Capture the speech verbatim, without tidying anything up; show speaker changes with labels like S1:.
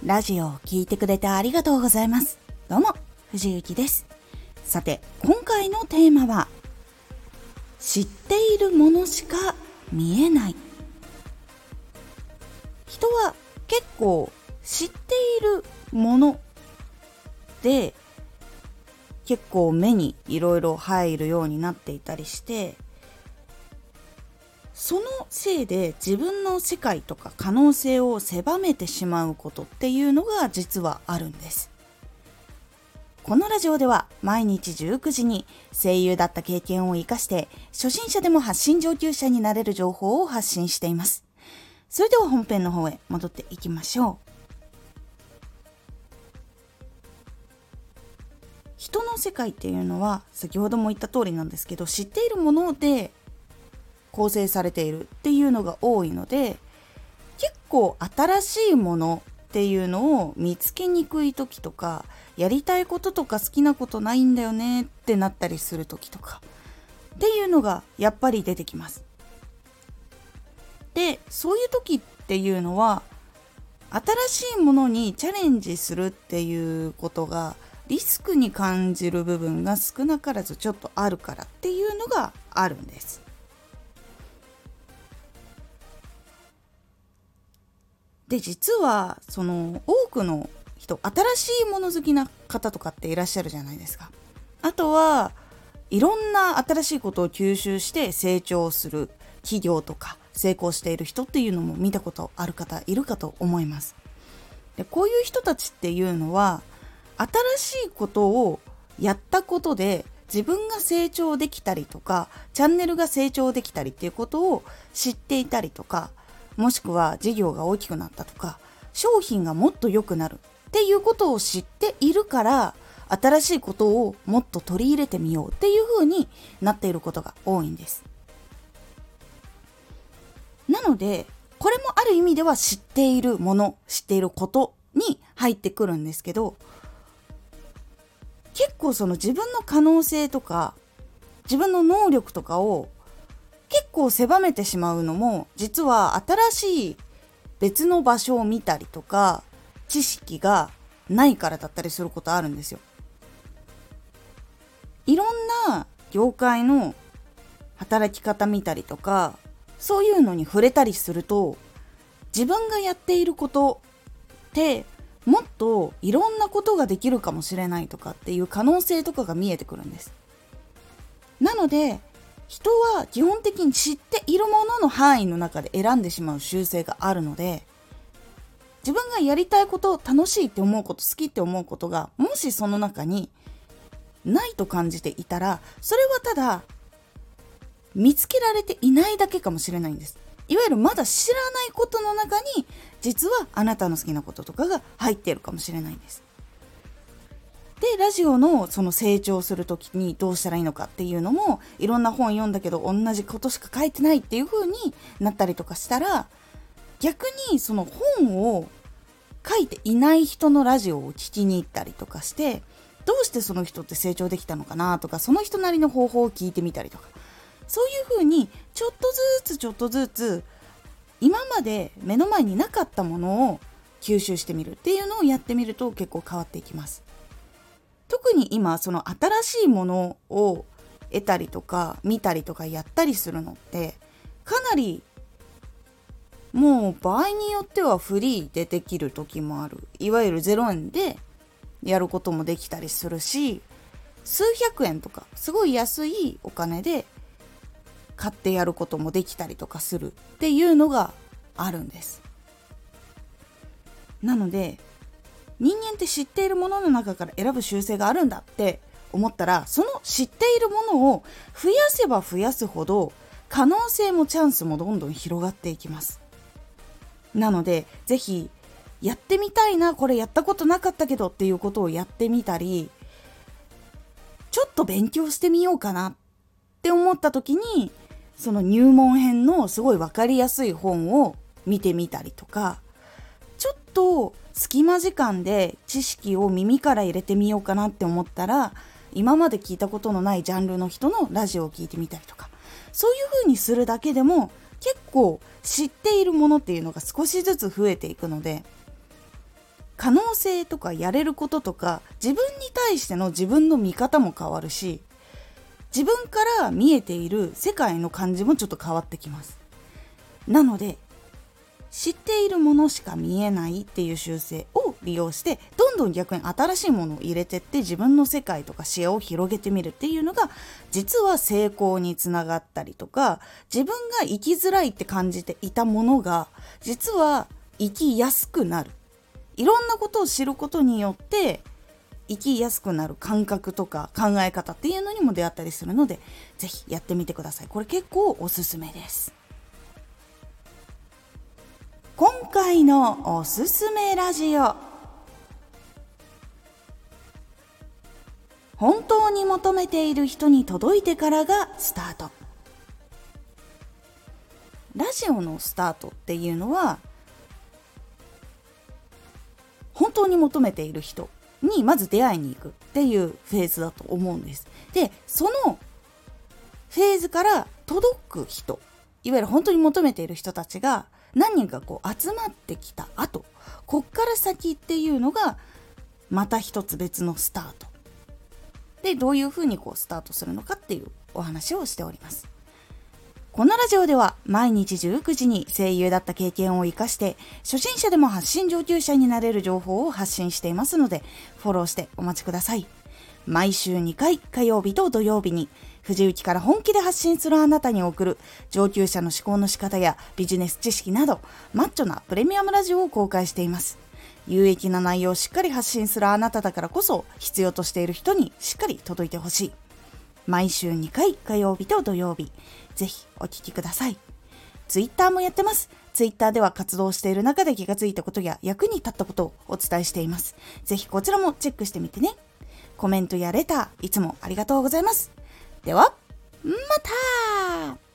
S1: ラジオを聞いてくれてありがとうございます。どうも藤幸です。さて、今回のテーマは知っているものしか見えない。人は結構知っているもので結構目にいろいろ入るようになっていたりして、そのせいで自分の世界とか可能性を狭めてしまうことっていうのが実はあるんです。このラジオでは毎日じゅうくじに声優だった経験を生かして初心者でも発信上級者になれる情報を発信しています。それでは本編の方へ戻っていきましょう。人の世界っていうのは先ほども言った通りなんですけど、知っているもので構成されているっていうのが多いので、結構新しいものっていうのを見つけにくい時とか、やりたいこととか好きなことないんだよねってなったりする時とかっていうのがやっぱり出てきます。で、そういう時っていうのは新しいものにチャレンジするっていうことがリスクに感じる部分が少なからずちょっとあるからっていうのがあるんです。で、実はその多くの人、新しいもの好きな方とかっていらっしゃるじゃないですか。あとはいろんな新しいことを吸収して成長する企業とか成功している人っていうのも見たことある方いるかと思います。で、こういう人たちっていうのは新しいことをやったことで自分が成長できたりとか、チャンネルが成長できたりっていうことを知っていたりとか、もしくは事業が大きくなったとか、商品がもっと良くなるっていうことを知っているから、新しいことをもっと取り入れてみようっていう風になっていることが多いんです。なので、これもある意味では知っているもの、知っていることに入ってくるんですけど、結構その自分の可能性とか、自分の能力とかを結構狭めてしまうのも、実は新しい別の場所を見たりとか知識がないからだったりすることあるんですよ。いろんな業界の働き方見たりとか、そういうのに触れたりすると、自分がやっていることってもっといろんなことができるかもしれないとかっていう可能性とかが見えてくるんです。なので人は基本的に知っているものの範囲の中で選んでしまう習性があるので、自分がやりたいこと、楽しいって思うこと、好きって思うことがもしその中にないと感じていたら、それはただ見つけられていないだけかもしれないんです。いわゆるまだ知らないことの中に実はあなたの好きなこととかが入っているかもしれないんです。で、ラジオのその成長するときにどうしたらいいのかっていうのも、いろんな本読んだけど同じことしか書いてないっていう風になったりとかしたら、逆にその本を書いていない人のラジオを聞きに行ったりとかして、どうしてその人って成長できたのかなとか、その人なりの方法を聞いてみたりとか、そういう風にちょっとずつちょっとずつ今まで目の前になかったものを吸収してみるっていうのをやってみると結構変わっていきます。特に今その新しいものを得たりとか見たりとかやったりするのってかなりもう場合によってはフリーでできる時もある、いわゆるゼロえんでやることもできたりするし、数百円とかすごい安いお金で買ってやることもできたりとかするっていうのがあるんです。なので人間って知っているものの中から選ぶ習性があるんだって思ったら、その知っているものを増やせば増やすほど可能性もチャンスもどんどん広がっていきます。なのでぜひやってみたいな、これやったことなかったけどっていうことをやってみたり、ちょっと勉強してみようかなって思った時に、その入門編のすごい分かりやすい本を見てみたりとか、ちょっと隙間時間で知識を耳から入れてみようかなって思ったら、今まで聞いたことのないジャンルの人のラジオを聞いてみたりとか、そういう風にするだけでも結構知っているものっていうのが少しずつ増えていくので、 可能性とかやれることとか自分に対しての自分の見方も変わるし、自分から見えている世界の感じもちょっと変わってきます。なので知っているものしか見えないっていう習性を利用して、どんどん逆に新しいものを入れてって自分の世界とか視野を広げてみるっていうのが、実は成功につながったりとか、自分が生きづらいって感じていたものが実は生きやすくなる。いろんなことを知ることによって生きやすくなる感覚とか考え方っていうのにも出会ったりするので、ぜひやってみてください。これ結構おすすめです。今回のおすすめラジオ、本当に求めている人に届いてからがスタート。ラジオのスタートっていうのは、本当に求めている人にまず出会いに行くっていうフェーズだと思うんです。で、そのフェーズから届く人、いわゆる本当に求めている人たちが何人かこう集まってきた後、こっから先っていうのがまた一つ別のスタートで、どういうふうにこうスタートするのかっていうお話をしております。このラジオでは毎日じゅうくじに声優だった経験を生かして初心者でも発信上級者になれる情報を発信していますので、フォローしてお待ちください。毎週にかい、火曜日と土曜日に藤雪から本気で発信するあなたに送る上級者の思考の仕方やビジネス知識などマッチョなプレミアムラジオを公開しています。有益な内容をしっかり発信するあなただからこそ、必要としている人にしっかり届いてほしい。毎週にかい、火曜日と土曜日、ぜひお聞きください。ツイッターもやってます。ツイッターでは活動している中で気がついたことや役に立ったことをお伝えしています。ぜひこちらもチェックしてみてね。コメントやレターいつもありがとうございます。ではまた。